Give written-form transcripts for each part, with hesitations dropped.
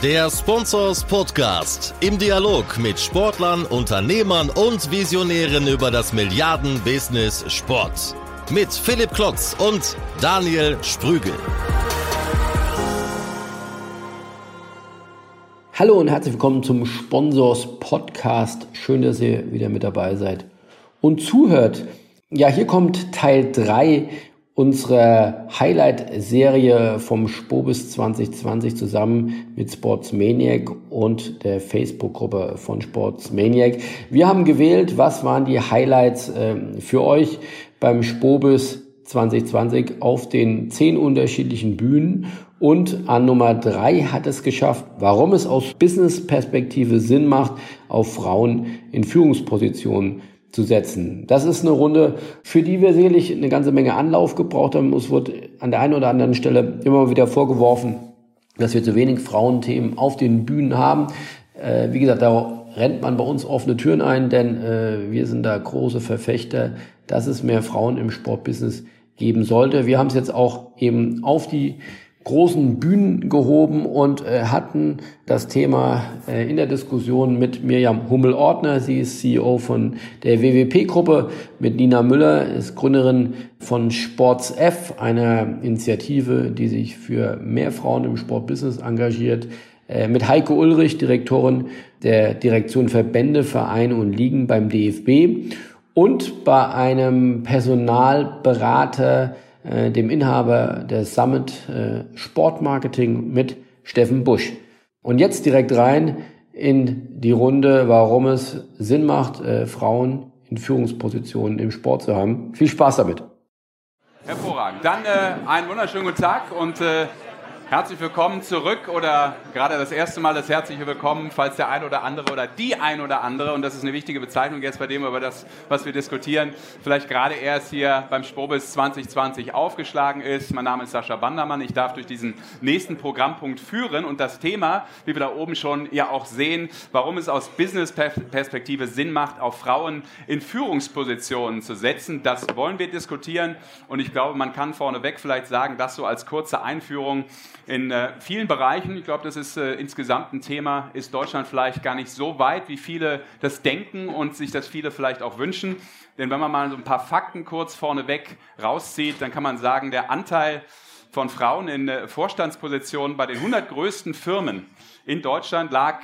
Der Sponsors Podcast im Dialog mit Sportlern, Unternehmern und Visionären über das Milliarden-Business Sport. Mit Philipp Klotz und Daniel Sprügel. Hallo und herzlich willkommen zum Sponsors Podcast. Schön, dass ihr wieder mit dabei seid und zuhört. Ja, hier kommt Teil 3 unserer Highlight-Serie vom Spobis 2020 zusammen mit Sportsmaniac und der Facebook-Gruppe von Sportsmaniac. Wir haben gewählt, was waren die Highlights für euch beim Spobis 2020 auf den 10 unterschiedlichen Bühnen. Und an Nummer 3 hat es geschafft, warum es aus Business-Perspektive Sinn macht, auf Frauen in Führungspositionen zu setzen. Das ist eine Runde, für die wir sicherlich eine ganze Menge Anlauf gebraucht haben. Es wird an der einen oder anderen Stelle immer wieder vorgeworfen, dass wir zu wenig Frauenthemen auf den Bühnen haben. Wie gesagt, da rennt man bei uns offene Türen ein, denn wir sind da große Verfechter, dass es mehr Frauen im Sportbusiness geben sollte. Wir haben es jetzt auch eben auf die großen Bühnen gehoben und hatten das Thema in der Diskussion mit Mirjam Hummel-Ortner. Sie ist CEO von der WWP-Gruppe, mit Nina Müller, ist Gründerin von SportsF, einer Initiative, die sich für mehr Frauen im Sportbusiness engagiert, mit Heike Ulrich, Direktorin der Direktion Verbände, Vereine und Ligen beim DFB und bei einem Personalberater, dem Inhaber der Summit Sportmarketing mit Steffen Busch. Und jetzt direkt rein in die Runde, warum es Sinn macht, Frauen in Führungspositionen im Sport zu haben. Viel Spaß damit. Hervorragend. Dann einen wunderschönen guten Tag und herzlich willkommen zurück oder gerade das erste Mal das herzliche Willkommen, falls der ein oder andere oder die ein oder andere, und das ist eine wichtige Bezeichnung jetzt bei dem, über das, was wir diskutieren, vielleicht gerade erst hier beim Spobis 2020 aufgeschlagen ist. Mein Name ist Sascha Bandermann, ich darf durch diesen nächsten Programmpunkt führen und das Thema, wie wir da oben schon ja auch sehen, warum es aus Business-Perspektive Sinn macht, auf Frauen in Führungspositionen zu setzen, das wollen wir diskutieren und ich glaube, man kann vorneweg vielleicht sagen, das so als kurze Einführung. In vielen Bereichen, ich glaube, das ist insgesamt ein Thema, ist Deutschland vielleicht gar nicht so weit, wie viele das denken und sich das viele vielleicht auch wünschen. Denn wenn man mal so ein paar Fakten kurz vorneweg rauszieht, dann kann man sagen, der Anteil von Frauen in Vorstandspositionen bei den 100 größten Firmen in Deutschland lag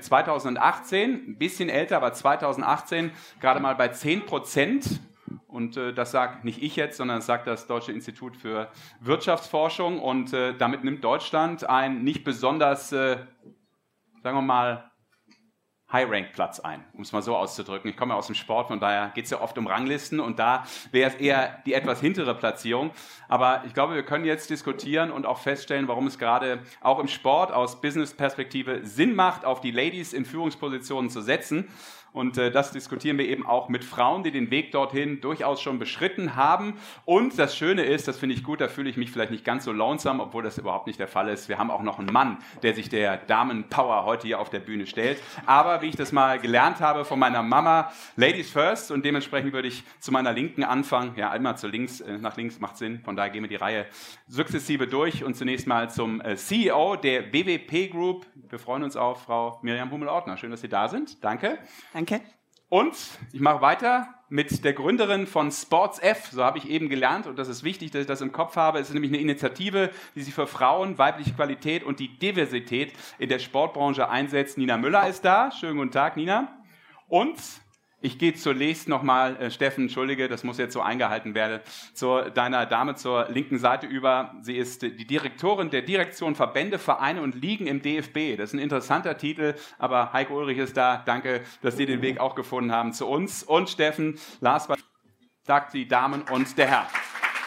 2018, ein bisschen älter, aber 2018 gerade mal bei 10%. Und das sagt nicht ich jetzt, sondern das sagt das Deutsche Institut für Wirtschaftsforschung. Und damit nimmt Deutschland einen nicht besonders, sagen wir mal, High-Rank-Platz ein, um es mal so auszudrücken. Ich komme ja aus dem Sport, von daher geht es ja oft um Ranglisten und da wäre es eher die etwas hintere Platzierung. Aber ich glaube, wir können jetzt diskutieren und auch feststellen, warum es gerade auch im Sport aus Business-Perspektive Sinn macht, auf die Ladies in Führungspositionen zu setzen. Und das diskutieren wir eben auch mit Frauen, die den Weg dorthin durchaus schon beschritten haben. Und das Schöne ist, das finde ich gut, da fühle ich mich vielleicht nicht ganz so lonesome, obwohl das überhaupt nicht der Fall ist. Wir haben auch noch einen Mann, der sich der Damenpower heute hier auf der Bühne stellt. Aber wie ich das mal gelernt habe von meiner Mama, Ladies first. Und dementsprechend würde ich zu meiner Linken anfangen. Ja, einmal zu links, nach links macht Sinn. Von daher gehen wir die Reihe sukzessive durch. Und zunächst mal zum CEO der WWP Group. Wir freuen uns auf Frau Mirjam Hummel-Ortner. Schön, dass Sie da sind. Danke. Danke. Und ich mache weiter mit der Gründerin von SportsF, so habe ich eben gelernt und das ist wichtig, dass ich das im Kopf habe. Es ist nämlich eine Initiative, die sich für Frauen, weibliche Qualität und die Diversität in der Sportbranche einsetzt. Nina Müller ist da. Schönen guten Tag, Nina. Und ich gehe zunächst nochmal, Steffen, entschuldige, das muss jetzt so eingehalten werden, zu deiner Dame zur linken Seite über. Sie ist die Direktorin der Direktion Verbände, Vereine und Ligen im DFB. Das ist ein interessanter Titel, aber Heike Ulrich ist da. Danke, dass Sie den Weg auch gefunden haben zu uns. Und Steffen, last but sagt die Damen und der Herr.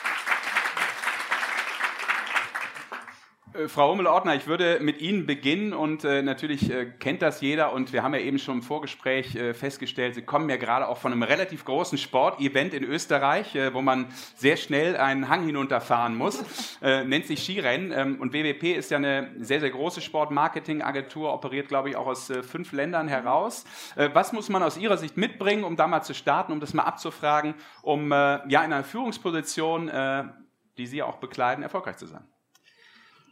Frau Hummel-Ortner, ich würde mit Ihnen beginnen und natürlich kennt das jeder und wir haben ja eben schon im Vorgespräch festgestellt, Sie kommen ja gerade auch von einem relativ großen Sportevent in Österreich, wo man sehr schnell einen Hang hinunterfahren muss, nennt sich Skirennen und WWP ist ja eine sehr, sehr große Sportmarketingagentur, operiert glaube ich auch aus 5 Ländern heraus. Was muss man aus Ihrer Sicht mitbringen, um da mal zu starten, um das mal abzufragen, um ja in einer Führungsposition, die Sie auch bekleiden, erfolgreich zu sein?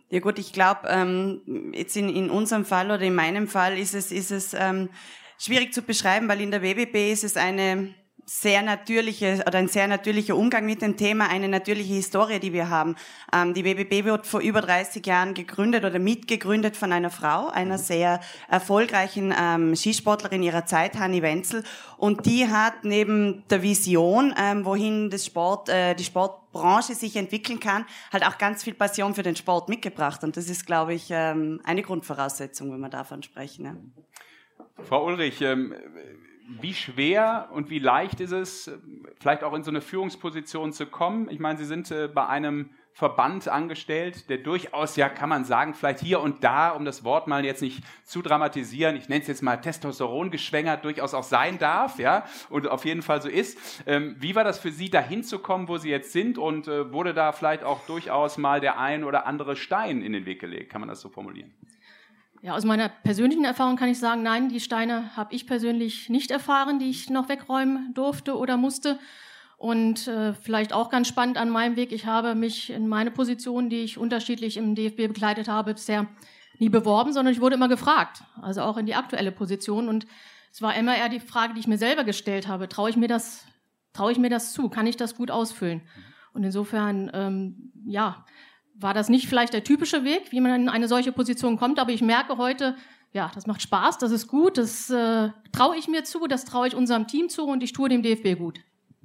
Ja gut, ich glaube, jetzt in unserem Fall oder in meinem Fall ist es schwierig zu beschreiben, weil in der WBB ist es ein sehr natürlicher Umgang mit dem Thema, eine natürliche Historie, die wir haben. Die WBB wird vor über 30 Jahren gegründet oder mitgegründet von einer Frau, einer sehr erfolgreichen Skisportlerin ihrer Zeit, Hanni Wenzel. Und die hat neben der Vision, wohin die Sportbranche sich entwickeln kann, halt auch ganz viel Passion für den Sport mitgebracht. Und das ist, glaube ich, eine Grundvoraussetzung, wenn wir davon sprechen. Ja. Frau Ulrich, wie schwer und wie leicht ist es, vielleicht auch in so eine Führungsposition zu kommen? Ich meine, Sie sind bei einem Verband angestellt, der durchaus, ja, kann man sagen, vielleicht hier und da, um das Wort mal jetzt nicht zu dramatisieren, ich nenne es jetzt mal Testosteron geschwängert, durchaus auch sein darf, ja, und auf jeden Fall so ist. Wie war das für Sie, da hinzukommen, wo Sie jetzt sind, und wurde da vielleicht auch durchaus mal der ein oder andere Stein in den Weg gelegt? Kann man das so formulieren? Ja, aus meiner persönlichen Erfahrung kann ich sagen, nein, die Steine habe ich persönlich nicht erfahren, die ich noch wegräumen durfte oder musste. Und vielleicht auch ganz spannend an meinem Weg, ich habe mich in meine Position, die ich unterschiedlich im DFB begleitet habe, bisher nie beworben, sondern ich wurde immer gefragt, also auch in die aktuelle Position. Und es war immer eher die Frage, die ich mir selber gestellt habe, traue ich mir das zu, kann ich das gut ausfüllen? Und insofern, war das nicht vielleicht der typische Weg, wie man in eine solche Position kommt, aber ich merke heute, ja, das macht Spaß, das ist gut, das traue ich mir zu, das traue ich unserem Team zu und ich tue dem DFB gut.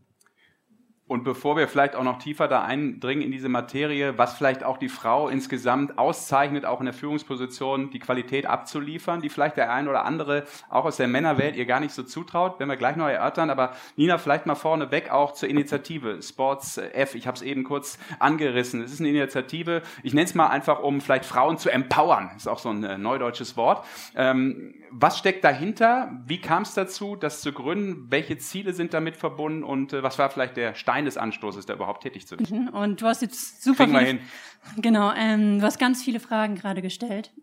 Und bevor wir vielleicht auch noch tiefer da eindringen in diese Materie, was vielleicht auch die Frau insgesamt auszeichnet, auch in der Führungsposition, die Qualität abzuliefern, die vielleicht der ein oder andere auch aus der Männerwelt ihr gar nicht so zutraut, werden wir gleich noch erörtern. Aber Nina, vielleicht mal vorneweg auch zur Initiative Sports F. Ich habe es eben kurz angerissen. Es ist eine Initiative, ich nenne es mal einfach, um vielleicht Frauen zu empowern. Das ist auch so ein neudeutsches Wort. Was steckt dahinter? Wie kam es dazu, das zu gründen? Welche Ziele sind damit verbunden? Und was war vielleicht der Stein des Anstoßes, da überhaupt tätig zu werden? Und du hast jetzt super viele... Hin. Genau, du hast ganz viele Fragen gerade gestellt.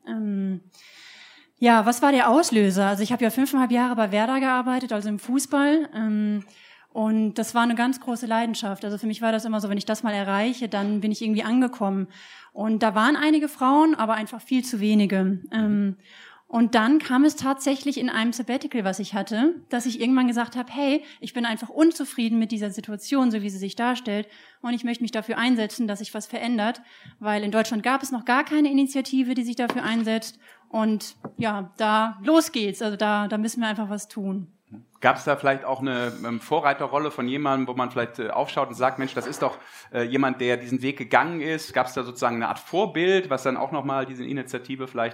Ja, was war der Auslöser? Also ich habe ja 5,5 Jahre bei Werder gearbeitet, also im Fußball. Und das war eine ganz große Leidenschaft. Also für mich war das immer so, wenn ich das mal erreiche, dann bin ich irgendwie angekommen. Und da waren einige Frauen, aber einfach viel zu wenige. Und dann kam es tatsächlich in einem Sabbatical, was ich hatte, dass ich irgendwann gesagt habe, hey, ich bin einfach unzufrieden mit dieser Situation, so wie sie sich darstellt, und ich möchte mich dafür einsetzen, dass sich was verändert, weil in Deutschland gab es noch gar keine Initiative, die sich dafür einsetzt, und ja, da los geht's, also da müssen wir einfach was tun. Gab es da vielleicht auch eine Vorreiterrolle von jemandem, wo man vielleicht aufschaut und sagt, Mensch, das ist doch jemand, der diesen Weg gegangen ist? Gab es da sozusagen eine Art Vorbild, was dann auch nochmal diese Initiative vielleicht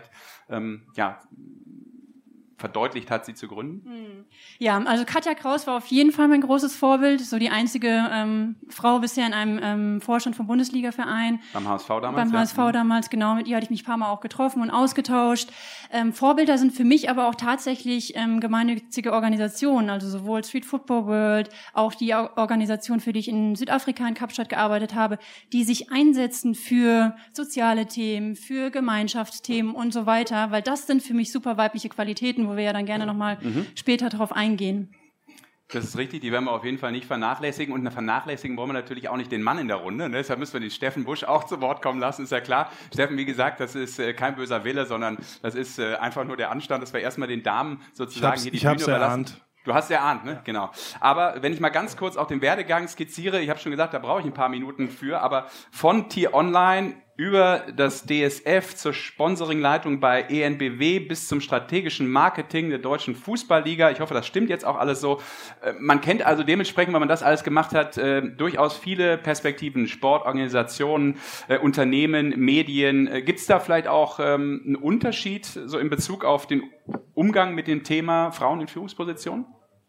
verdeutlicht hat, sie zu gründen? Ja, also Katja Kraus war auf jeden Fall mein großes Vorbild, so die einzige Frau bisher in einem Vorstand vom Bundesliga-Verein. Beim HSV damals? Beim HSV damals, genau, mit ihr hatte ich mich ein paar Mal auch getroffen und ausgetauscht. Vorbilder sind für mich aber auch tatsächlich gemeinnützige Organisationen, also sowohl Street Football World, auch die Organisation, für die ich in Südafrika in Kapstadt gearbeitet habe, die sich einsetzen für soziale Themen, für Gemeinschaftsthemen und so weiter, weil das sind für mich super weibliche Qualitäten, wo wir ja dann gerne nochmal später drauf eingehen. Das ist richtig, die werden wir auf jeden Fall nicht vernachlässigen. Und vernachlässigen wollen wir natürlich auch nicht den Mann in der Runde. Ne? Deshalb müssen wir den Steffen Busch auch zu Wort kommen lassen, ist ja klar. Steffen, wie gesagt, das ist kein böser Wille, sondern das ist einfach nur der Anstand, dass wir erstmal den Damen sozusagen hier die Bühne überlassen. Du hast erahnt, ne? Genau. Aber wenn ich mal ganz kurz auch den Werdegang skizziere, ich habe schon gesagt, da brauche ich ein paar Minuten für, aber von T-Online über das DSF zur Sponsoringleitung bei ENBW bis zum strategischen Marketing der Deutschen Fußballliga. Ich hoffe, das stimmt jetzt auch alles so. Man kennt also dementsprechend, wenn man das alles gemacht hat, durchaus viele Perspektiven, Sportorganisationen, Unternehmen, Medien. Gibt es da vielleicht auch einen Unterschied so in Bezug auf den Umgang mit dem Thema Frauen in Führungspositionen?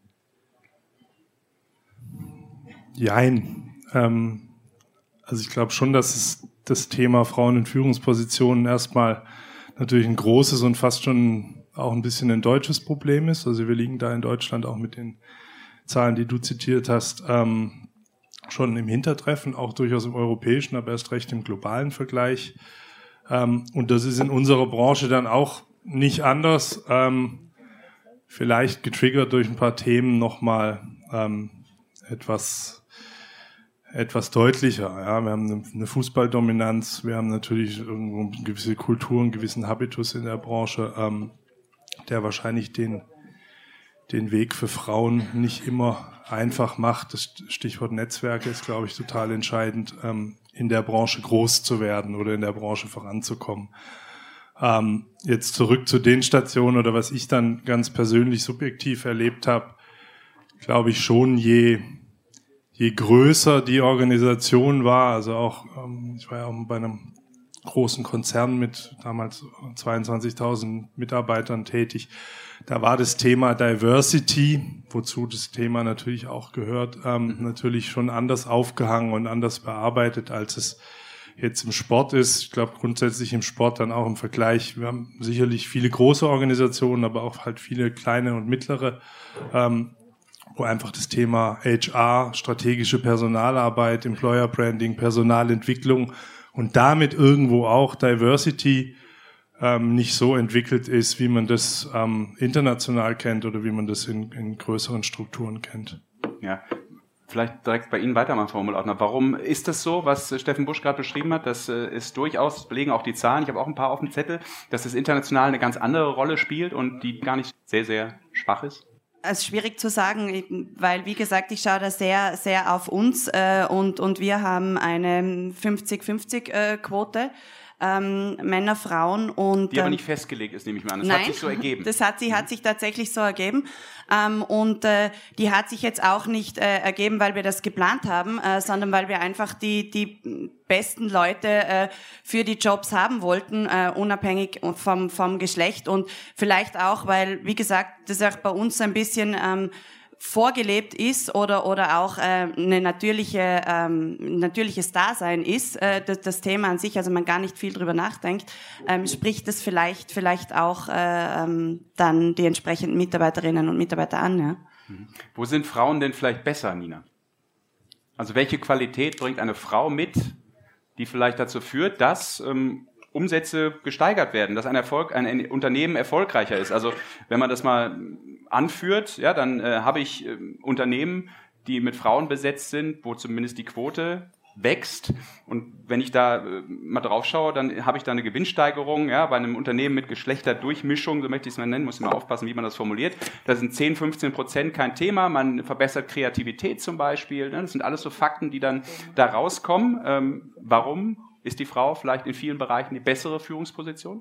Jein. Also ich glaube schon, dass es das Thema Frauen in Führungspositionen erstmal natürlich ein großes und fast schon auch ein bisschen ein deutsches Problem ist. Also wir liegen da in Deutschland auch mit den Zahlen, die du zitiert hast, schon im Hintertreffen, auch durchaus im europäischen, aber erst recht im globalen Vergleich. Und das ist in unserer Branche dann auch nicht anders. Vielleicht getriggert durch ein paar Themen nochmal etwas etwas deutlicher. Ja, wir haben eine Fußballdominanz, wir haben natürlich irgendwo eine gewisse Kultur, einen gewissen Habitus in der Branche, der wahrscheinlich den Weg für Frauen nicht immer einfach macht. Das Stichwort Netzwerke ist, glaube ich, total entscheidend, in der Branche groß zu werden oder in der Branche voranzukommen. Jetzt zurück zu den Stationen oder was ich dann ganz persönlich subjektiv erlebt habe, glaube ich schon, je größer die Organisation war, also auch, ich war ja auch bei einem großen Konzern mit damals 22.000 Mitarbeitern tätig, da war das Thema Diversity, wozu das Thema natürlich auch gehört, natürlich schon anders aufgehangen und anders bearbeitet, als es jetzt im Sport ist. Ich glaube grundsätzlich im Sport dann auch im Vergleich. Wir haben sicherlich viele große Organisationen, aber auch halt viele kleine und mittlere, wo einfach das Thema HR, strategische Personalarbeit, Employer Branding, Personalentwicklung und damit irgendwo auch Diversity nicht so entwickelt ist, wie man das international kennt oder wie man das in größeren Strukturen kennt. Ja. Vielleicht direkt bei Ihnen weitermachen, Frau Müller-Ortner. Warum ist das so, was Steffen Busch gerade beschrieben hat? Das ist durchaus, das belegen auch die Zahlen, ich habe auch ein paar auf dem Zettel, dass das international eine ganz andere Rolle spielt und die gar nicht sehr, sehr schwach ist? Es ist schwierig zu sagen, weil, wie gesagt, ich schaue da sehr, sehr auf uns und wir haben eine 50-50-Quote. Männer, Frauen und... Die aber nicht festgelegt ist, nehme ich mal an. Das hat sich so ergeben. Das hat sich tatsächlich so ergeben. Und die hat sich jetzt auch nicht ergeben, weil wir das geplant haben, sondern weil wir einfach die besten Leute für die Jobs haben wollten, unabhängig vom Geschlecht. Und vielleicht auch, weil, wie gesagt, das auch bei uns ein bisschen... vorgelebt ist oder auch eine natürliches Dasein ist, das Thema an sich, also man gar nicht viel drüber nachdenkt, spricht das vielleicht auch dann die entsprechenden Mitarbeiterinnen und Mitarbeiter an. Ja. Wo sind Frauen denn vielleicht besser, Nina? Also welche Qualität bringt eine Frau mit, die vielleicht dazu führt, dass Umsätze gesteigert werden, dass ein Unternehmen erfolgreicher ist? Also wenn man das mal anführt, ja, dann habe ich Unternehmen, die mit Frauen besetzt sind, wo zumindest die Quote wächst. Und wenn ich da mal drauf schaue, dann habe ich da eine Gewinnsteigerung, ja, bei einem Unternehmen mit Geschlechterdurchmischung, so möchte ich es mal nennen, muss ich mal aufpassen, wie man das formuliert. Da sind 10-15% kein Thema, man verbessert Kreativität zum Beispiel. Ne? Das sind alles so Fakten, die dann da rauskommen. Warum ist die Frau vielleicht in vielen Bereichen die bessere Führungsposition?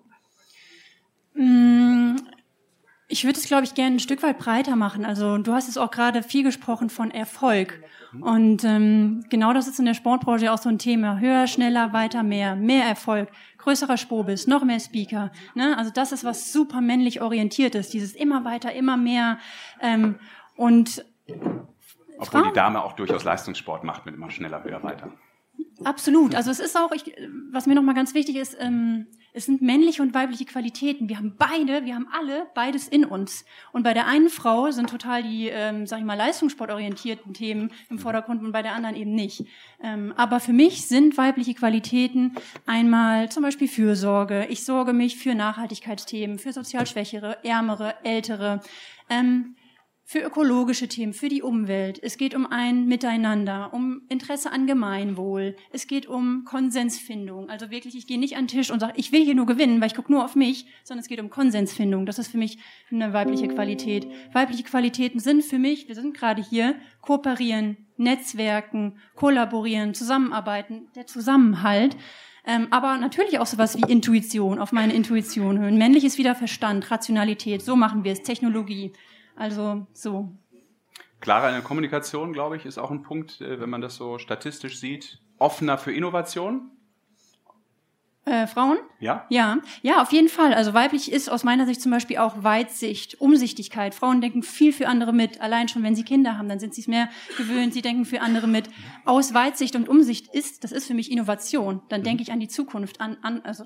Ich würde es, glaube ich, gerne ein Stück weit breiter machen. Also du hast es auch gerade viel gesprochen von Erfolg. Und genau das ist in der Sportbranche auch so ein Thema. Höher, schneller, weiter, mehr Erfolg, größerer Spobis, noch mehr Speaker. Ne? Also das ist, was super männlich orientiert ist. Dieses immer weiter, immer mehr. Und obwohl die Dame auch durchaus Leistungssport macht mit immer schneller, höher, weiter. Absolut. Also es ist auch, was mir nochmal ganz wichtig ist, es sind männliche und weibliche Qualitäten. Wir haben alle beides in uns. Und bei der einen Frau sind total die, leistungssportorientierten Themen im Vordergrund und bei der anderen eben nicht. Aber für mich sind weibliche Qualitäten einmal zum Beispiel Fürsorge. Ich sorge mich für Nachhaltigkeitsthemen, für sozial Schwächere, Ärmere, Ältere, für ökologische Themen, für die Umwelt. Es geht um ein Miteinander, um Interesse an Gemeinwohl. Es geht um Konsensfindung. Also wirklich, ich gehe nicht an den Tisch und sage, ich will hier nur gewinnen, weil ich gucke nur auf mich, sondern es geht um Konsensfindung. Das ist für mich eine weibliche Qualität. Weibliche Qualitäten sind für mich, wir sind gerade hier, kooperieren, Netzwerken, kollaborieren, zusammenarbeiten, der Zusammenhalt. Aber natürlich auch sowas wie Intuition, auf meine Intuition hören. Männlich ist wieder Verstand, Rationalität, so machen wir es, Technologie. Also so. Klarer in der Kommunikation, glaube ich, ist auch ein Punkt, wenn man das so statistisch sieht. Offener für Innovation? Frauen? Ja. Ja, auf jeden Fall. Also weiblich ist aus meiner Sicht zum Beispiel auch Weitsicht, Umsichtigkeit. Frauen denken viel für andere mit. Allein schon, wenn sie Kinder haben, dann sind sie es mehr gewöhnt. Sie denken für andere mit. Aus Weitsicht und Umsicht das ist für mich Innovation. Dann denke ich an die Zukunft, also das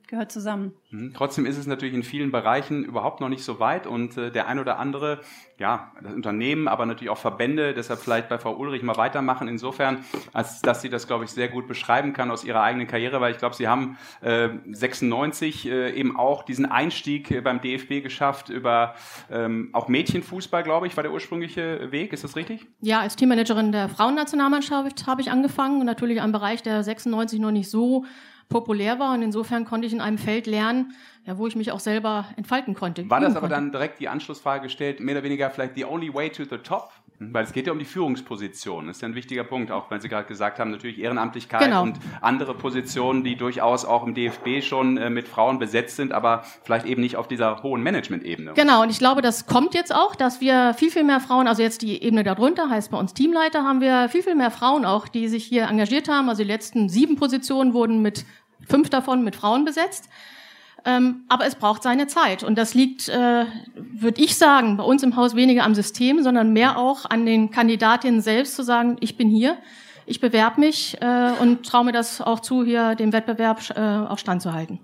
gehört zusammen. Trotzdem ist es natürlich in vielen Bereichen überhaupt noch nicht so weit und der ein oder andere, ja, das Unternehmen, aber natürlich auch Verbände, deshalb vielleicht bei Frau Ulrich mal weitermachen, insofern, als dass sie das, glaube ich, sehr gut beschreiben kann aus ihrer eigenen Karriere, weil ich glaube, Sie haben 96 eben auch diesen Einstieg beim DFB geschafft über auch Mädchenfußball, glaube ich, war der ursprüngliche Weg, ist das richtig? Ja, als Teammanagerin der Frauennationalmannschaft habe ich angefangen und natürlich ein Bereich, der 96 noch nicht so populär war und insofern konnte ich in einem Feld lernen, ja, wo ich mich auch selber entfalten konnte. War das aber dann direkt die Anschlussfrage gestellt, mehr oder weniger vielleicht the only way to the top? Weil es geht ja um die Führungsposition. Das ist ja ein wichtiger Punkt, auch wenn Sie gerade gesagt haben, natürlich Ehrenamtlichkeit und andere Positionen, die durchaus auch im DFB schon mit Frauen besetzt sind, aber vielleicht eben nicht auf dieser hohen Management-Ebene. Genau, und ich glaube, das kommt jetzt auch, dass wir viel mehr Frauen, also jetzt die Ebene darunter, heißt bei uns Teamleiter, haben wir viel mehr Frauen auch, die sich hier engagiert haben. Also die letzten 7 Positionen wurden 5 davon mit Frauen besetzt. Aber es braucht seine Zeit. Und das liegt, würde ich sagen, bei uns im Haus weniger am System, sondern mehr auch an den Kandidatinnen selbst zu sagen, ich bin hier, ich bewerbe mich und traue mir das auch zu, hier dem Wettbewerb auch standzuhalten.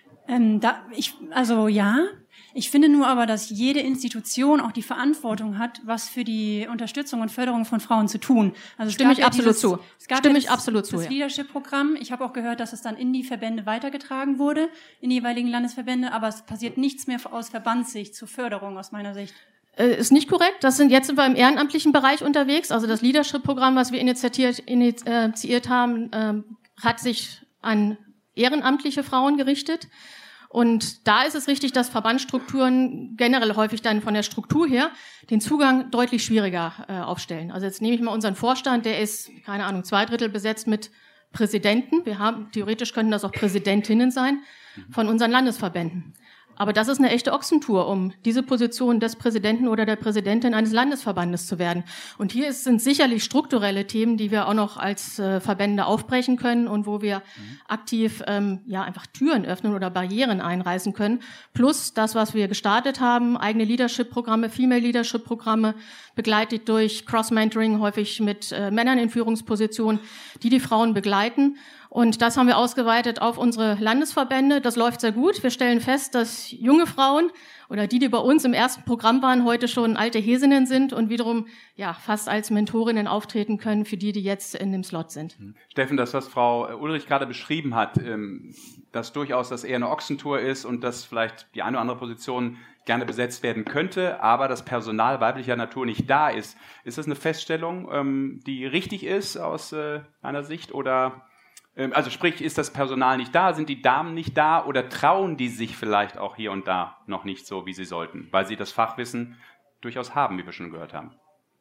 Ich finde nur aber, dass jede Institution auch die Verantwortung hat, was für die Unterstützung und Förderung von Frauen zu tun. Also Stimme ich absolut zu. Das Leadership-Programm. Ich habe auch gehört, dass es dann in die Verbände weitergetragen wurde, in die jeweiligen Landesverbände, aber es passiert nichts mehr aus Verbandssicht zur Förderung aus meiner Sicht. Ist nicht korrekt. Jetzt sind wir im ehrenamtlichen Bereich unterwegs. Also das Leadership-Programm, was wir initiiert haben, hat sich an ehrenamtliche Frauen gerichtet. Und da ist es richtig, dass Verbandsstrukturen generell häufig dann von der Struktur her den Zugang deutlich schwieriger aufstellen. Also jetzt nehme ich mal unseren Vorstand, der ist, 2/3 besetzt mit Präsidenten. Theoretisch könnten das auch Präsidentinnen sein von unseren Landesverbänden. Aber das ist eine echte Ochsentour, um diese Position des Präsidenten oder der Präsidentin eines Landesverbandes zu werden. Und hier sind sicherlich strukturelle Themen, die wir auch noch als Verbände aufbrechen können und wo wir aktiv einfach Türen öffnen oder Barrieren einreißen können. Plus das, was wir gestartet haben, eigene Leadership-Programme, Female Leadership-Programme, begleitet durch Cross-Mentoring, häufig mit Männern in Führungspositionen, die Frauen begleiten. Und das haben wir ausgeweitet auf unsere Landesverbände. Das läuft sehr gut. Wir stellen fest, dass junge Frauen oder die bei uns im ersten Programm waren, heute schon alte Häsinnen sind und wiederum fast als Mentorinnen auftreten können für die jetzt in dem Slot sind. Steffen, das, was Frau Ulrich gerade beschrieben hat, dass durchaus das eher eine Ochsentour ist und dass vielleicht die eine oder andere Position gerne besetzt werden könnte, aber das Personal weiblicher Natur nicht da ist. Ist das eine Feststellung, die richtig ist aus einer Sicht oder... Also sprich, ist das Personal nicht da, sind die Damen nicht da oder trauen die sich vielleicht auch hier und da noch nicht so, wie sie sollten, weil sie das Fachwissen durchaus haben, wie wir schon gehört haben?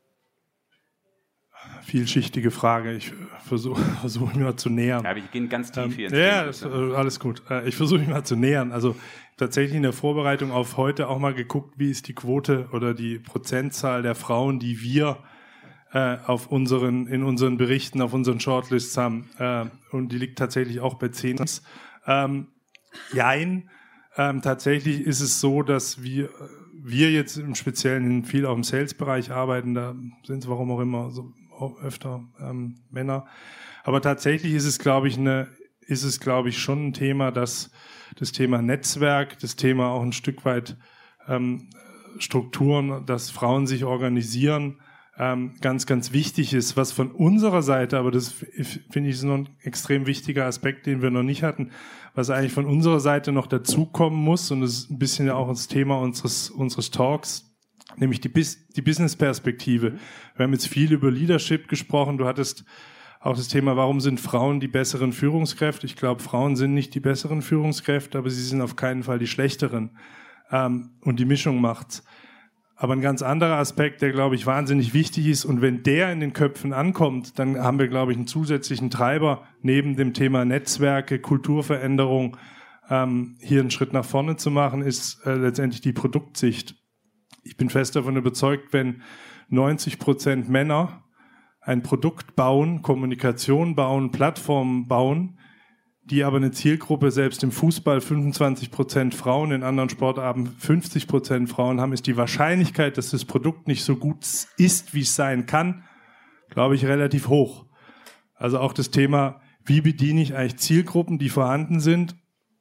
Vielschichtige Frage. Ich versuche mich mal zu nähern. Ja, wir gehen ganz tief hier ins Thema. Das, alles gut. Ich versuche mich mal zu nähern. Also tatsächlich in der Vorbereitung auf heute auch mal geguckt, wie ist die Quote oder die Prozentzahl der Frauen, die wir in unseren Berichten, auf unseren Shortlists haben. Und die liegt tatsächlich auch bei 10. Tatsächlich ist es so, dass wir jetzt im Speziellen viel auch im Sales-Bereich arbeiten. Da sind es warum auch immer so öfter Männer. Aber tatsächlich ist es, glaube ich, schon ein Thema, dass das Thema Netzwerk, das Thema auch ein Stück weit Strukturen, dass Frauen sich organisieren, ganz, ganz wichtig ist. Was von unserer Seite, aber das finde ich ist noch ein extrem wichtiger Aspekt, den wir noch nicht hatten, was eigentlich von unserer Seite noch dazukommen muss, und das ist ein bisschen ja auch das Thema unseres Talks, nämlich die Business-Perspektive. Wir haben jetzt viel über Leadership gesprochen. Du hattest auch das Thema, warum sind Frauen die besseren Führungskräfte? Ich glaube, Frauen sind nicht die besseren Führungskräfte, aber sie sind auf keinen Fall die schlechteren. Und die Mischung macht's. Aber ein ganz anderer Aspekt, der, glaube ich, wahnsinnig wichtig ist, und wenn der in den Köpfen ankommt, dann haben wir, glaube ich, einen zusätzlichen Treiber neben dem Thema Netzwerke, Kulturveränderung, hier einen Schritt nach vorne zu machen, ist letztendlich die Produktsicht. Ich bin fest davon überzeugt, wenn 90% Männer ein Produkt bauen, Kommunikation bauen, Plattformen bauen, die aber eine Zielgruppe selbst im Fußball 25% Frauen, in anderen Sportarten 50% Frauen haben, ist die Wahrscheinlichkeit, dass das Produkt nicht so gut ist, wie es sein kann, glaube ich, relativ hoch. Also auch das Thema, wie bediene ich eigentlich Zielgruppen, die vorhanden sind,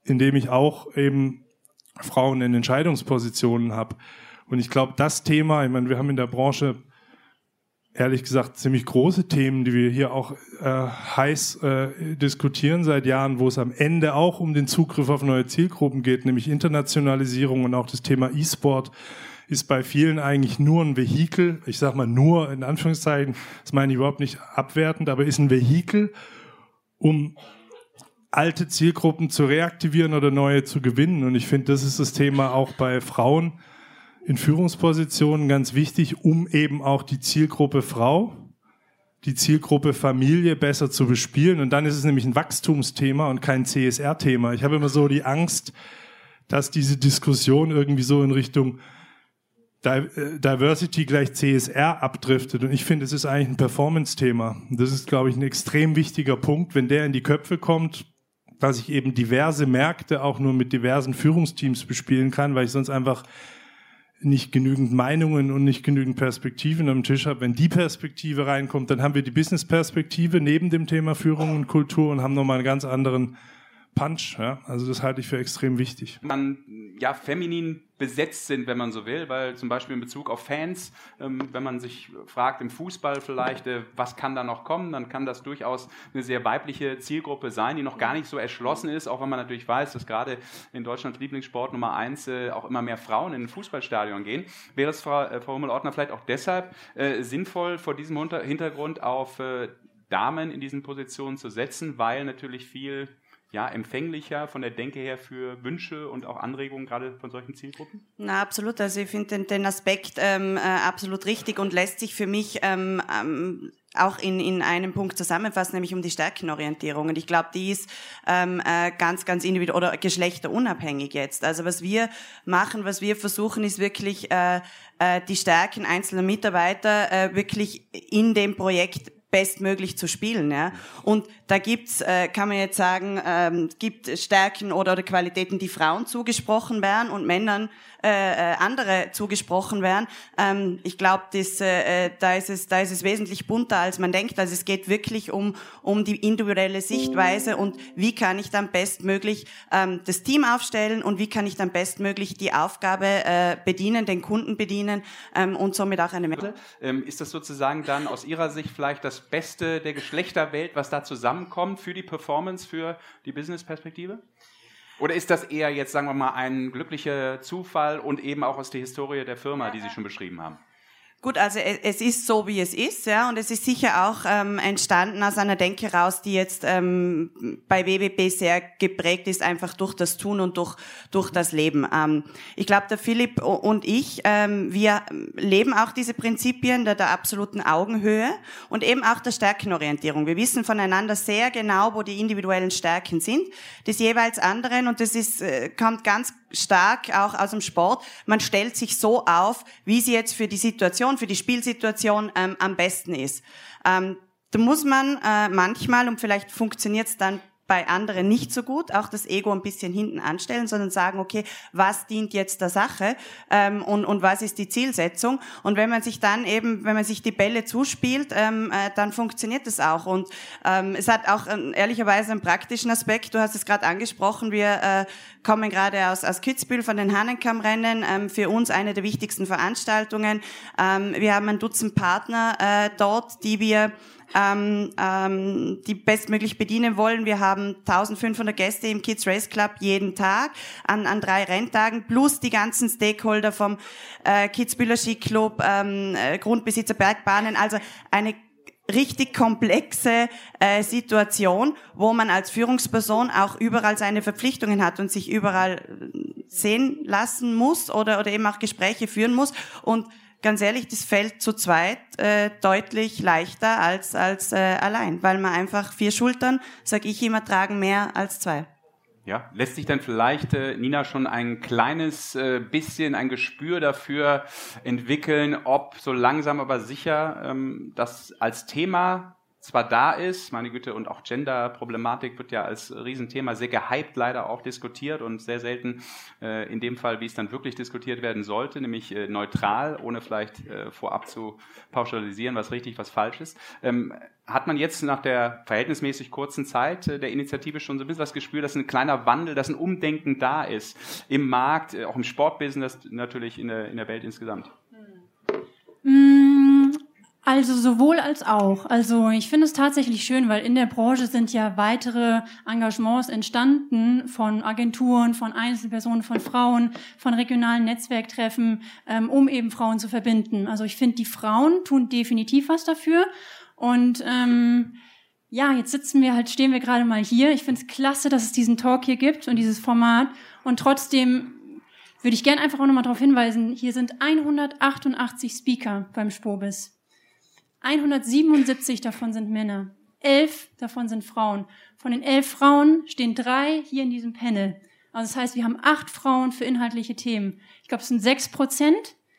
indem ich auch eben Frauen in Entscheidungspositionen habe. Und ich glaube, das Thema, ich meine, wir haben in der Branche ehrlich gesagt ziemlich große Themen, die wir hier auch heiß diskutieren seit Jahren, wo es am Ende auch um den Zugriff auf neue Zielgruppen geht, nämlich Internationalisierung und auch das Thema E-Sport ist bei vielen eigentlich nur ein Vehikel, ich sage mal nur in Anführungszeichen, das meine ich überhaupt nicht abwertend, aber ist ein Vehikel, um alte Zielgruppen zu reaktivieren oder neue zu gewinnen. Und ich finde, das ist das Thema auch bei Frauen in Führungspositionen ganz wichtig, um eben auch die Zielgruppe Frau, die Zielgruppe Familie besser zu bespielen. Und dann ist es nämlich ein Wachstumsthema und kein CSR-Thema. Ich habe immer so die Angst, dass diese Diskussion irgendwie so in Richtung Diversity gleich CSR abdriftet. Und ich finde, es ist eigentlich ein Performance-Thema. Das ist, glaube ich, ein extrem wichtiger Punkt, wenn der in die Köpfe kommt, dass ich eben diverse Märkte auch nur mit diversen Führungsteams bespielen kann, weil ich sonst einfach nicht genügend Meinungen und nicht genügend Perspektiven am Tisch habe. Wenn die Perspektive reinkommt, dann haben wir die Business-Perspektive neben dem Thema Führung und Kultur und haben nochmal einen ganz anderen Punch. Ja? Also das halte ich für extrem wichtig. Man ja feminin besetzt sind, wenn man so will, weil zum Beispiel in Bezug auf Fans, wenn man sich fragt im Fußball vielleicht, was kann da noch kommen, dann kann das durchaus eine sehr weibliche Zielgruppe sein, die noch gar nicht so erschlossen ist, auch wenn man natürlich weiß, dass gerade in Deutschlands Lieblingssport Nummer 1 auch immer mehr Frauen in ein Fußballstadion gehen. Wäre es, Frau Hummel-Ortner, vielleicht auch deshalb sinnvoll, vor diesem Hintergrund auf Damen in diesen Positionen zu setzen, weil natürlich viel empfänglicher von der Denke her für Wünsche und auch Anregungen gerade von solchen Zielgruppen? Na, absolut. Also ich finde den Aspekt absolut richtig und lässt sich für mich auch in einem Punkt zusammenfassen, nämlich um die Stärkenorientierung. Und ich glaube, die ist ganz, ganz individuell oder geschlechterunabhängig jetzt. Also was wir machen, was wir versuchen, ist wirklich die Stärken einzelner Mitarbeiter wirklich in dem Projekt bestmöglich zu spielen, ja. Und da gibt's, kann man jetzt sagen, gibt Stärken oder Qualitäten, die Frauen zugesprochen werden und Männern andere zugesprochen werden. Ich glaube, da ist es wesentlich bunter, als man denkt. Also es geht wirklich um die individuelle Sichtweise und wie kann ich dann bestmöglich das Team aufstellen und wie kann ich dann bestmöglich die Aufgabe bedienen, den Kunden bedienen und somit auch eine Ist das sozusagen dann aus Ihrer Sicht vielleicht das Beste der Geschlechterwelt, was da zusammenkommt für die Performance, für die Business-Perspektive? Oder ist das eher jetzt, sagen wir mal, ein glücklicher Zufall und eben auch aus der Historie der Firma, die Sie schon beschrieben haben? Gut, also es ist so, wie es ist, ja, und es ist sicher auch entstanden aus einer Denke raus, die jetzt bei WBB sehr geprägt ist, einfach durch das Tun und durch das Leben. Ich glaube, der Philipp und ich, wir leben auch diese Prinzipien der absoluten Augenhöhe und eben auch der Stärkenorientierung. Wir wissen voneinander sehr genau, wo die individuellen Stärken sind, des jeweils anderen, und das kommt ganz stark auch aus dem Sport. Man stellt sich so auf, wie sie jetzt für die Situation, für die Spielsituation am besten ist. Da muss man manchmal, und vielleicht funktioniert es dann bei anderen nicht so gut, auch das Ego ein bisschen hinten anstellen, sondern sagen, okay, was dient jetzt der Sache und was ist die Zielsetzung? Und wenn man sich die Bälle zuspielt, dann funktioniert das auch. Und es hat auch ehrlicherweise einen praktischen Aspekt. Du hast es gerade angesprochen, wir kommen gerade aus Kitzbühel von den Hahnenkammrennen, für uns eine der wichtigsten Veranstaltungen. Wir haben ein Dutzend Partner dort, die wir die bestmöglich bedienen wollen. Wir haben 1500 Gäste im Kids Race Club jeden Tag an 3 Renntagen, plus die ganzen Stakeholder vom Kitzbüheler Skiclub, Grundbesitzer Bergbahnen, also eine richtig komplexe Situation, wo man als Führungsperson auch überall seine Verpflichtungen hat und sich überall sehen lassen muss oder eben auch Gespräche führen muss. Und ganz ehrlich, das fällt zu zweit deutlich leichter als allein, weil man einfach 4 Schultern, sag ich immer, tragen mehr als 2. Ja, lässt sich dann vielleicht, Nina, schon ein kleines bisschen ein Gespür dafür entwickeln, ob so langsam aber sicher das als Thema zwar da ist, meine Güte, und auch Gender-Problematik wird ja als Riesenthema sehr gehypt leider auch diskutiert und sehr selten in dem Fall, wie es dann wirklich diskutiert werden sollte, nämlich neutral, ohne vielleicht vorab zu pauschalisieren, was richtig, was falsch ist. Hat man jetzt nach der verhältnismäßig kurzen Zeit der Initiative schon so ein bisschen das Gespür, dass ein kleiner Wandel, dass ein Umdenken da ist im Markt, auch im Sportbusiness, natürlich in der Welt insgesamt? Also sowohl als auch. Also ich finde es tatsächlich schön, weil in der Branche sind ja weitere Engagements entstanden von Agenturen, von Einzelpersonen, von Frauen, von regionalen Netzwerktreffen, um eben Frauen zu verbinden. Also ich finde, die Frauen tun definitiv was dafür. Und jetzt stehen wir gerade mal hier. Ich finde es klasse, dass es diesen Talk hier gibt und dieses Format. Und trotzdem würde ich gerne einfach auch nochmal darauf hinweisen, hier sind 188 Speaker beim Spobis. 177 davon sind Männer, 11 davon sind Frauen. Von den 11 Frauen stehen 3 hier in diesem Panel. Also das heißt, wir haben 8 Frauen für inhaltliche Themen. Ich glaube, es sind 6%.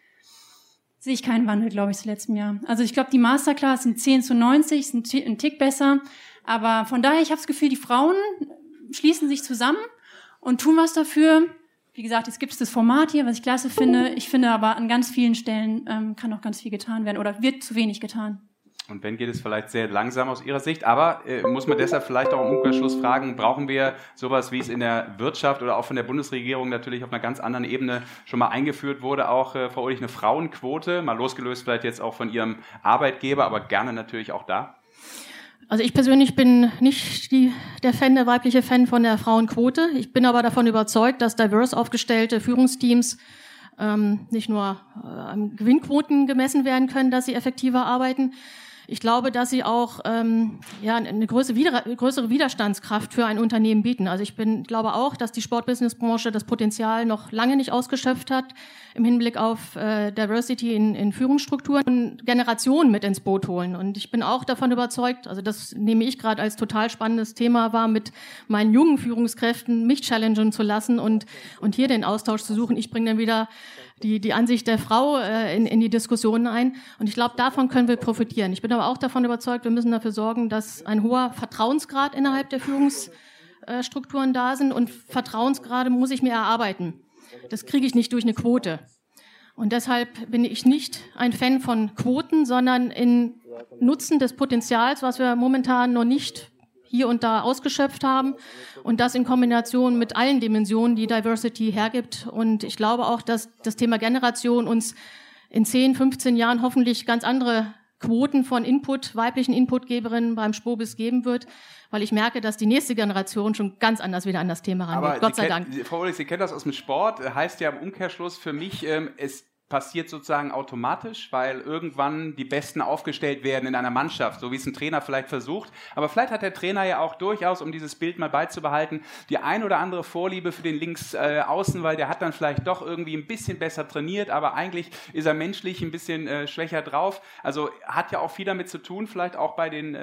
Sehe ich keinen Wandel, glaube ich, zu letztem Jahr. Also ich glaube, die Masterclass sind 10:90, sind ein Tick besser. Aber von daher, ich habe das Gefühl, die Frauen schließen sich zusammen und tun was dafür. Wie gesagt, jetzt gibt es das Format hier, was ich klasse finde. Ich finde aber, an ganz vielen Stellen kann noch ganz viel getan werden oder wird zu wenig getan. Und wenn, geht es vielleicht sehr langsam aus Ihrer Sicht. Aber muss man deshalb vielleicht auch im Umkehrschluss fragen, brauchen wir sowas, wie es in der Wirtschaft oder auch von der Bundesregierung natürlich auf einer ganz anderen Ebene schon mal eingeführt wurde, auch, Frau Ulrich, eine Frauenquote, mal losgelöst vielleicht jetzt auch von Ihrem Arbeitgeber, aber gerne natürlich auch da? Also ich persönlich bin nicht der weibliche Fan von der Frauenquote. Ich bin aber davon überzeugt, dass divers aufgestellte Führungsteams nicht nur an Gewinnquoten gemessen werden können, dass sie effektiver arbeiten. Ich glaube, dass sie auch eine größere Widerstandskraft für ein Unternehmen bieten. Also ich glaube auch, dass die Sportbusinessbranche das Potenzial noch lange nicht ausgeschöpft hat im Hinblick auf Diversity in Führungsstrukturen und Generationen mit ins Boot holen. Und ich bin auch davon überzeugt, also das nehme ich gerade als total spannendes Thema wahr, mit meinen jungen Führungskräften mich challengen zu lassen und hier den Austausch zu suchen. Ich bringe dann wieder die Ansicht der Frau in die Diskussionen ein. Und ich glaube, davon können wir profitieren. Ich bin aber auch davon überzeugt, wir müssen dafür sorgen, dass ein hoher Vertrauensgrad innerhalb der Führungsstrukturen da sind. Und Vertrauensgrade muss ich mir erarbeiten. Das kriege ich nicht durch eine Quote. Und deshalb bin ich nicht ein Fan von Quoten, sondern in Nutzen des Potenzials, was wir momentan noch nicht hier und da ausgeschöpft haben und das in Kombination mit allen Dimensionen, die Diversity hergibt. Und ich glaube auch, dass das Thema Generation uns in 10, 15 Jahren hoffentlich ganz andere Quoten von weiblichen Inputgeberinnen beim Spobis geben wird, weil ich merke, dass die nächste Generation schon ganz anders wieder an das Thema rangeht. Gott sei Dank. Frau Ulrich, Sie kennen das aus dem Sport, heißt ja im Umkehrschluss für mich, es passiert sozusagen automatisch, weil irgendwann die Besten aufgestellt werden in einer Mannschaft, so wie es ein Trainer vielleicht versucht. Aber vielleicht hat der Trainer ja auch durchaus, um dieses Bild mal beizubehalten, die ein oder andere Vorliebe für den Linksaußen, weil der hat dann vielleicht doch irgendwie ein bisschen besser trainiert, aber eigentlich ist er menschlich ein bisschen schwächer drauf. Also hat ja auch viel damit zu tun, vielleicht auch bei den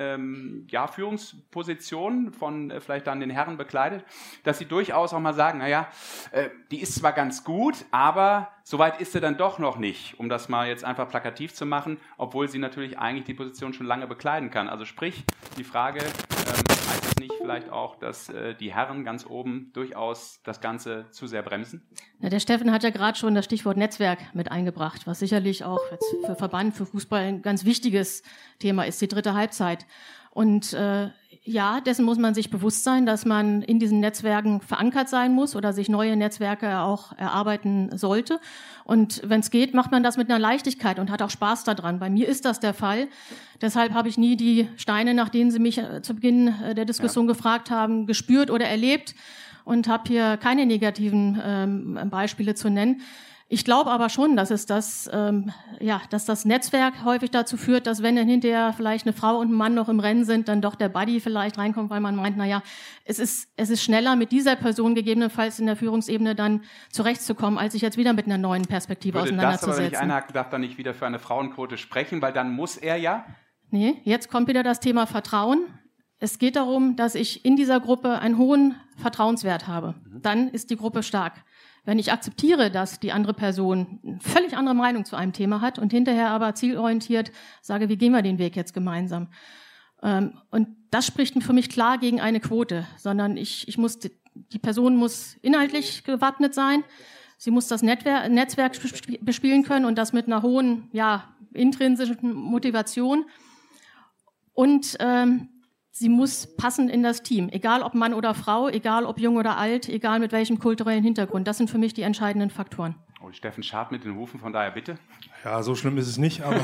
Führungspositionen von vielleicht dann den Herren bekleidet, dass sie durchaus auch mal sagen, die ist zwar ganz gut, aber soweit ist sie dann doch noch nicht, um das mal jetzt einfach plakativ zu machen, obwohl sie natürlich eigentlich die Position schon lange bekleiden kann. Also sprich, die Frage, heißt es nicht vielleicht auch, dass die Herren ganz oben durchaus das Ganze zu sehr bremsen? Na, der Steffen hat ja gerade schon das Stichwort Netzwerk mit eingebracht, was sicherlich auch jetzt für Verband, für Fußball ein ganz wichtiges Thema ist, die dritte Halbzeit. Und dessen muss man sich bewusst sein, dass man in diesen Netzwerken verankert sein muss oder sich neue Netzwerke auch erarbeiten sollte. Und wenn es geht, macht man das mit einer Leichtigkeit und hat auch Spaß daran. Bei mir ist das der Fall. Deshalb habe ich nie die Steine, nach denen Sie mich zu Beginn der Diskussion gefragt haben, gespürt oder erlebt und habe hier keine negativen Beispiele zu nennen. Ich glaube aber schon, dass dass das Netzwerk häufig dazu führt, dass wenn dann hinterher vielleicht eine Frau und ein Mann noch im Rennen sind, dann doch der Buddy vielleicht reinkommt, weil man meint, es ist schneller mit dieser Person gegebenenfalls in der Führungsebene dann zurechtzukommen, als sich jetzt wieder mit einer neuen Perspektive auseinanderzusetzen. Das aber, wenn ich einhaken darf, dann nicht wieder für eine Frauenquote sprechen, weil dann muss er ja... Nee, jetzt kommt wieder das Thema Vertrauen. Es geht darum, dass ich in dieser Gruppe einen hohen Vertrauenswert habe. Dann ist die Gruppe stark. Wenn ich akzeptiere, dass die andere Person eine völlig andere Meinung zu einem Thema hat und hinterher aber zielorientiert sage, wie gehen wir den Weg jetzt gemeinsam? Und das spricht für mich klar gegen eine Quote, sondern die Person muss inhaltlich gewappnet sein, sie muss das Netzwerk bespielen können und das mit einer hohen, intrinsischen Motivation. Und sie muss passen in das Team, egal ob Mann oder Frau, egal ob jung oder alt, egal mit welchem kulturellen Hintergrund. Das sind für mich die entscheidenden Faktoren. Oh, Steffen Schardt mit den Hufen, von daher bitte. Ja, so schlimm ist es nicht, aber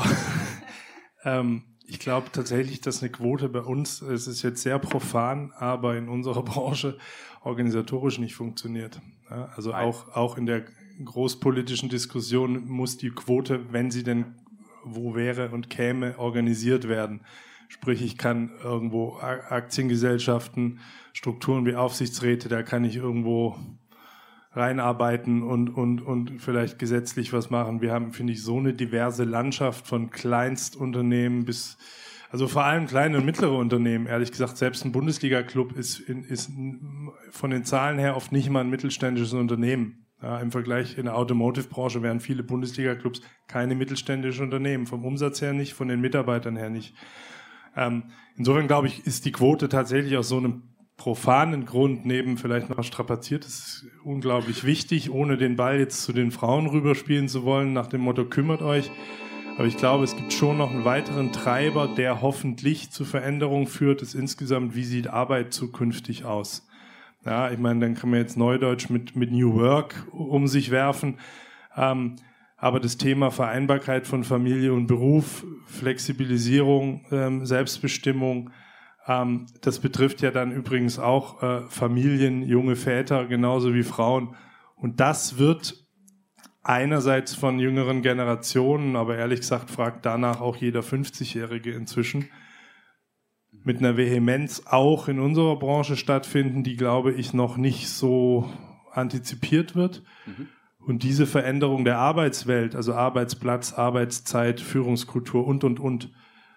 ich glaube tatsächlich, dass eine Quote bei uns, es ist jetzt sehr profan, aber in unserer Branche organisatorisch nicht funktioniert. Ja, also auch in der großpolitischen Diskussion muss die Quote, wenn sie denn wo wäre und käme, organisiert werden. Sprich, ich kann irgendwo Aktiengesellschaften, Strukturen wie Aufsichtsräte, da kann ich irgendwo reinarbeiten und vielleicht gesetzlich was machen. Wir haben, finde ich, so eine diverse Landschaft von Kleinstunternehmen bis, also vor allem kleine und mittlere Unternehmen. Ehrlich gesagt, selbst ein Bundesliga-Club ist von den Zahlen her oft nicht mal ein mittelständisches Unternehmen. Ja, im Vergleich in der Automotive-Branche wären viele Bundesliga-Clubs keine mittelständischen Unternehmen. Vom Umsatz her nicht, von den Mitarbeitern her nicht. Insofern, glaube ich, ist die Quote tatsächlich aus so einem profanen Grund neben vielleicht noch strapaziert. Das ist unglaublich wichtig, ohne den Ball jetzt zu den Frauen rüberspielen zu wollen, nach dem Motto, kümmert euch. Aber ich glaube, es gibt schon noch einen weiteren Treiber, der hoffentlich zu Veränderungen führt, ist insgesamt, wie sieht Arbeit zukünftig aus? Ja, ich meine, dann kann man jetzt Neudeutsch mit New Work um sich werfen. Aber das Thema Vereinbarkeit von Familie und Beruf, Flexibilisierung, Selbstbestimmung, das betrifft ja dann übrigens auch Familien, junge Väter, genauso wie Frauen. Und das wird einerseits von jüngeren Generationen, aber ehrlich gesagt fragt danach auch jeder 50-Jährige inzwischen, mit einer Vehemenz auch in unserer Branche stattfinden, die, glaube ich, noch nicht so antizipiert wird. Mhm. Und diese Veränderung der Arbeitswelt, also Arbeitsplatz, Arbeitszeit, Führungskultur und,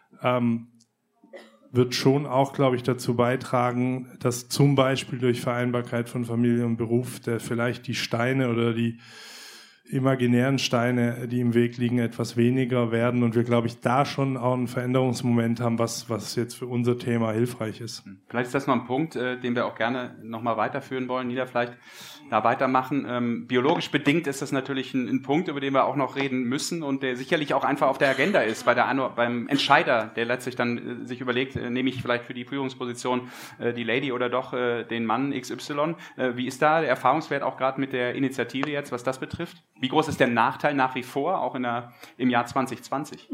wird schon auch, glaube ich, dazu beitragen, dass zum Beispiel durch Vereinbarkeit von Familie und Beruf vielleicht die Steine oder die imaginären Steine, die im Weg liegen, etwas weniger werden und wir, glaube ich, da schon auch einen Veränderungsmoment haben, was jetzt für unser Thema hilfreich ist. Vielleicht ist das noch ein Punkt, den wir auch gerne nochmal weiterführen wollen. Nieder vielleicht da weitermachen. Biologisch bedingt ist das natürlich ein Punkt, über den wir auch noch reden müssen und der sicherlich auch einfach auf der Agenda ist beim Entscheider, der letztlich dann sich überlegt, nehme ich vielleicht für die Führungsposition die Lady oder doch den Mann XY. Wie ist da der Erfahrungswert auch gerade mit der Initiative jetzt, was das betrifft? Wie groß ist der Nachteil nach wie vor, auch im Jahr 2020?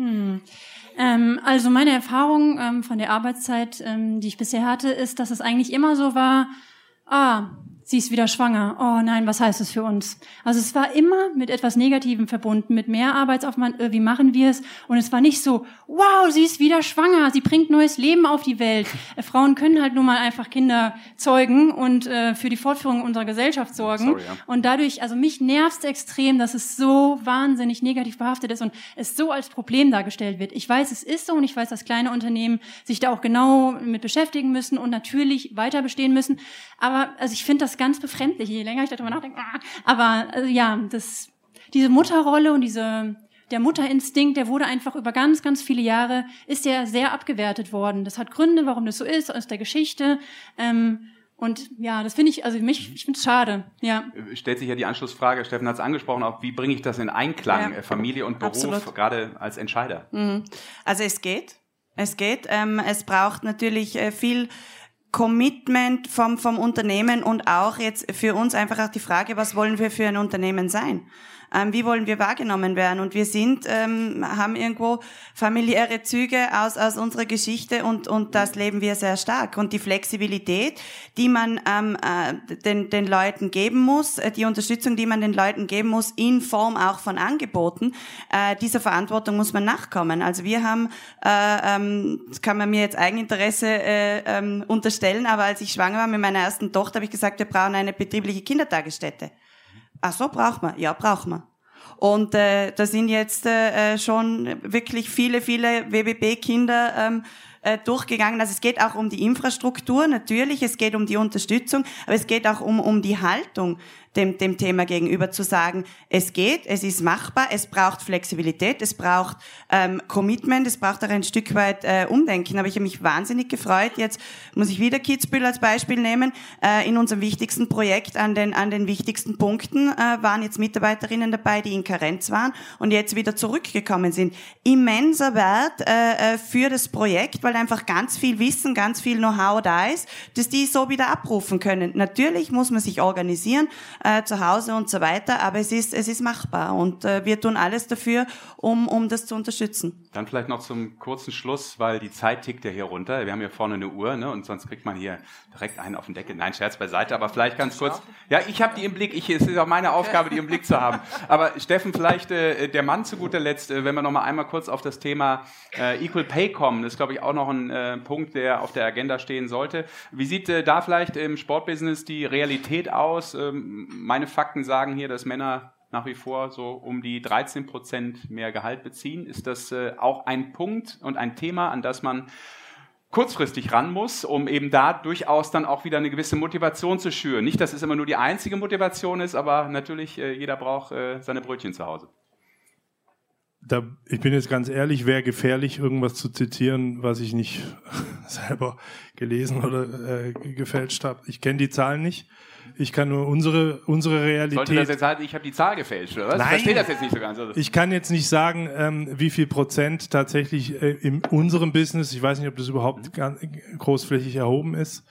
Also meine Erfahrung von der Arbeitszeit, die ich bisher hatte, ist, dass es eigentlich immer so war, sie ist wieder schwanger. Oh nein, was heißt das für uns? Also es war immer mit etwas Negativem verbunden, mit mehr Arbeitsaufwand, wie machen wir es? Und es war nicht so, wow, sie ist wieder schwanger, sie bringt neues Leben auf die Welt. Frauen können halt nun mal einfach Kinder zeugen und für die Fortführung unserer Gesellschaft sorgen. Und dadurch, also mich nervt es extrem, dass es so wahnsinnig negativ behaftet ist und es so als Problem dargestellt wird. Ich weiß, es ist so und ich weiß, dass kleine Unternehmen sich da auch genau mit beschäftigen müssen und natürlich weiter bestehen müssen. Aber also ich finde das ganz befremdlich, je länger ich darüber nachdenke. Aber diese Mutterrolle und der Mutterinstinkt, der wurde einfach über ganz, ganz viele Jahre, ist ja sehr abgewertet worden. Das hat Gründe, warum das so ist, aus der Geschichte. Und ja, das finde ich, also ich finde es schade. Ja. Stellt sich ja die Anschlussfrage, Steffen hat es angesprochen, auch wie bringe ich das in Einklang, Familie und Beruf, gerade als Entscheider? Also es geht. Es braucht natürlich viel Commitment vom Unternehmen und auch jetzt für uns einfach auch die Frage, was wollen wir für ein Unternehmen sein? Wie wollen wir wahrgenommen werden? Und wir haben irgendwo familiäre Züge aus unserer Geschichte und das leben wir sehr stark. Und die Flexibilität, die man den Leuten geben muss, die Unterstützung, die man den Leuten geben muss, in Form auch von Angeboten, dieser Verantwortung muss man nachkommen. Also wir haben, das kann man mir jetzt Eigeninteresse unterstellen, aber als ich schwanger war mit meiner ersten Tochter, habe ich gesagt, wir brauchen eine betriebliche Kindertagesstätte. Ach so, braucht man? Ja, braucht man. Und da sind jetzt schon wirklich viele WBB-Kinder durchgegangen. Also es geht auch um die Infrastruktur, natürlich, es geht um die Unterstützung, aber es geht auch um die Haltung dem Thema gegenüber, zu sagen, es geht, es ist machbar, es braucht Flexibilität, es braucht Commitment, es braucht auch ein Stück weit Umdenken. Aber ich habe mich wahnsinnig gefreut. Jetzt muss ich wieder Kitzbühel als Beispiel nehmen. In unserem wichtigsten Projekt an den wichtigsten Punkten waren jetzt Mitarbeiterinnen dabei, die in Karenz waren und jetzt wieder zurückgekommen sind. Immenser Wert für das Projekt, weil einfach ganz viel Wissen, ganz viel Know-how da ist, dass die so wieder abrufen können. Natürlich muss man sich organisieren, zu Hause und so weiter, aber es ist machbar und wir tun alles dafür, um das zu unterstützen. Dann vielleicht noch zum kurzen Schluss, weil die Zeit tickt ja hier runter. Wir haben hier vorne eine Uhr, ne? Und sonst kriegt man hier direkt einen auf den Deckel. Nein, Scherz beiseite, aber vielleicht ganz kurz. Ja, ich habe die im Blick. Es ist auch meine Aufgabe, die im Blick zu haben. Aber Steffen, vielleicht der Mann zu guter Letzt, wenn wir noch mal einmal kurz auf das Thema Equal Pay kommen. Das ist, glaube ich, auch noch ein Punkt, der auf der Agenda stehen sollte. Wie sieht da vielleicht im Sportbusiness die Realität aus? Meine Fakten sagen hier, dass Männer nach wie vor so um die 13% mehr Gehalt beziehen. Ist das auch ein Punkt und ein Thema, an das man kurzfristig ran muss, um eben da durchaus dann auch wieder eine gewisse Motivation zu schüren? Nicht, dass es immer nur die einzige Motivation ist, aber natürlich, jeder braucht seine Brötchen zu Hause. Ich bin jetzt ganz ehrlich, wäre gefährlich, irgendwas zu zitieren, was ich nicht selber gelesen oder gefälscht habe. Ich kenne die Zahlen nicht. Ich kann nur unsere Realität... Sollte das jetzt halt, ich habe die Zahl gefälscht, oder was? Nein. Ich verstehe das jetzt nicht so ganz. Also. Ich kann jetzt nicht sagen, wie viel Prozent tatsächlich in unserem Business, ich weiß nicht, ob das überhaupt großflächig erhoben ist.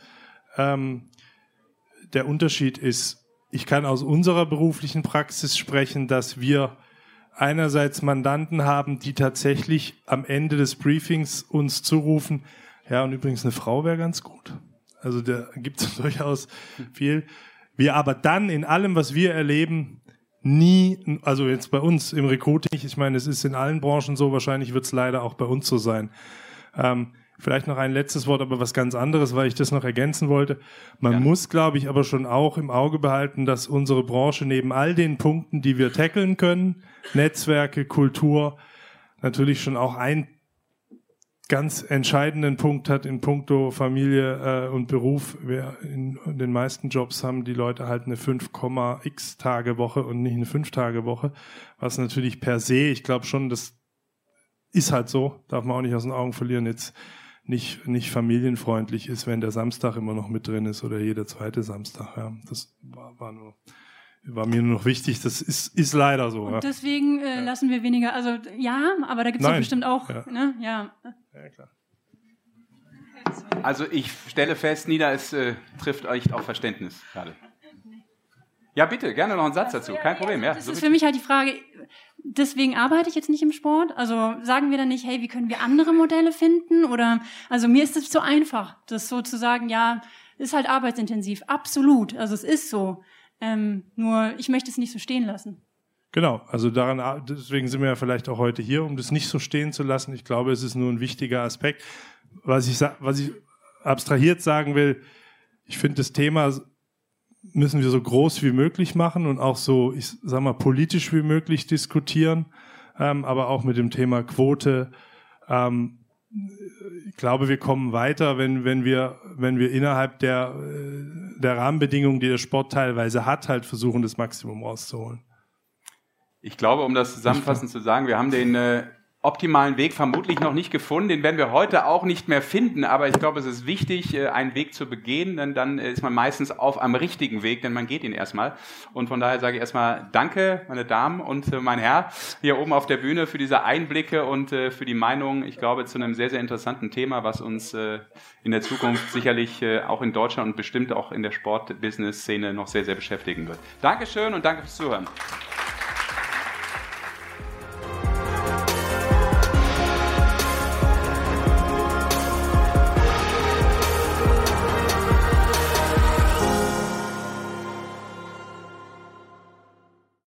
Der Unterschied ist, ich kann aus unserer beruflichen Praxis sprechen, dass wir einerseits Mandanten haben, die tatsächlich am Ende des Briefings uns zurufen, ja, und übrigens eine Frau wäre ganz gut. Also da gibt es durchaus viel. Wir aber dann in allem, was wir erleben, nie, also jetzt bei uns im Recruiting, ich meine, es ist in allen Branchen so, wahrscheinlich wird es leider auch bei uns so sein. Vielleicht noch ein letztes Wort, aber was ganz anderes, weil ich das noch ergänzen wollte. Man muss, glaube ich, aber schon auch im Auge behalten, dass unsere Branche neben all den Punkten, die wir tackeln können, Netzwerke, Kultur, natürlich schon auch einen ganz entscheidenden Punkt hat in puncto Familie und Beruf. In den meisten Jobs haben die Leute halt eine 5,x Tage Woche und nicht eine 5-Tage-Woche, was natürlich per se, ich glaube schon, das ist halt so, darf man auch nicht aus den Augen verlieren, jetzt nicht familienfreundlich ist, wenn der Samstag immer noch mit drin ist oder jeder zweite Samstag. Ja, das war mir nur noch wichtig. Das ist leider so. Und deswegen lassen wir weniger. Also ja, aber da gibt es doch bestimmt auch. Ja. Ne? Ja, klar. Also ich stelle fest, Nida, es trifft euch auf Verständnis gerade. Ja, bitte, gerne noch einen Satz dazu. Kein Problem. Ja, das ist für mich halt die Frage, deswegen arbeite ich jetzt nicht im Sport. Also sagen wir dann nicht, hey, wie können wir andere Modelle finden? Oder, also mir ist es zu einfach, das so zu sagen, ja, ist halt arbeitsintensiv. Absolut. Also es ist so. Nur ich möchte es nicht so stehen lassen. Genau, also deswegen sind wir ja vielleicht auch heute hier, um das nicht so stehen zu lassen. Ich glaube, es ist nur ein wichtiger Aspekt. Was ich abstrahiert sagen will, ich finde, das Thema müssen wir so groß wie möglich machen und auch so, ich sag mal, politisch wie möglich diskutieren, aber auch mit dem Thema Quote. Ich glaube, wir kommen weiter, wenn wir innerhalb der Rahmenbedingungen, die der Sport teilweise hat, halt versuchen, das Maximum rauszuholen. Ich glaube, um das zusammenfassend zu sagen, wir haben den optimalen Weg vermutlich noch nicht gefunden. Den werden wir heute auch nicht mehr finden. Aber ich glaube, es ist wichtig, einen Weg zu begehen, denn dann ist man meistens auf einem richtigen Weg, denn man geht ihn erstmal. Und von daher sage ich erstmal Danke, meine Damen und mein Herr, hier oben auf der Bühne für diese Einblicke und für die Meinung, ich glaube, zu einem sehr, sehr interessanten Thema, was uns in der Zukunft sicherlich auch in Deutschland und bestimmt auch in der Sport-Business-Szene noch sehr, sehr beschäftigen wird. Dankeschön und danke fürs Zuhören.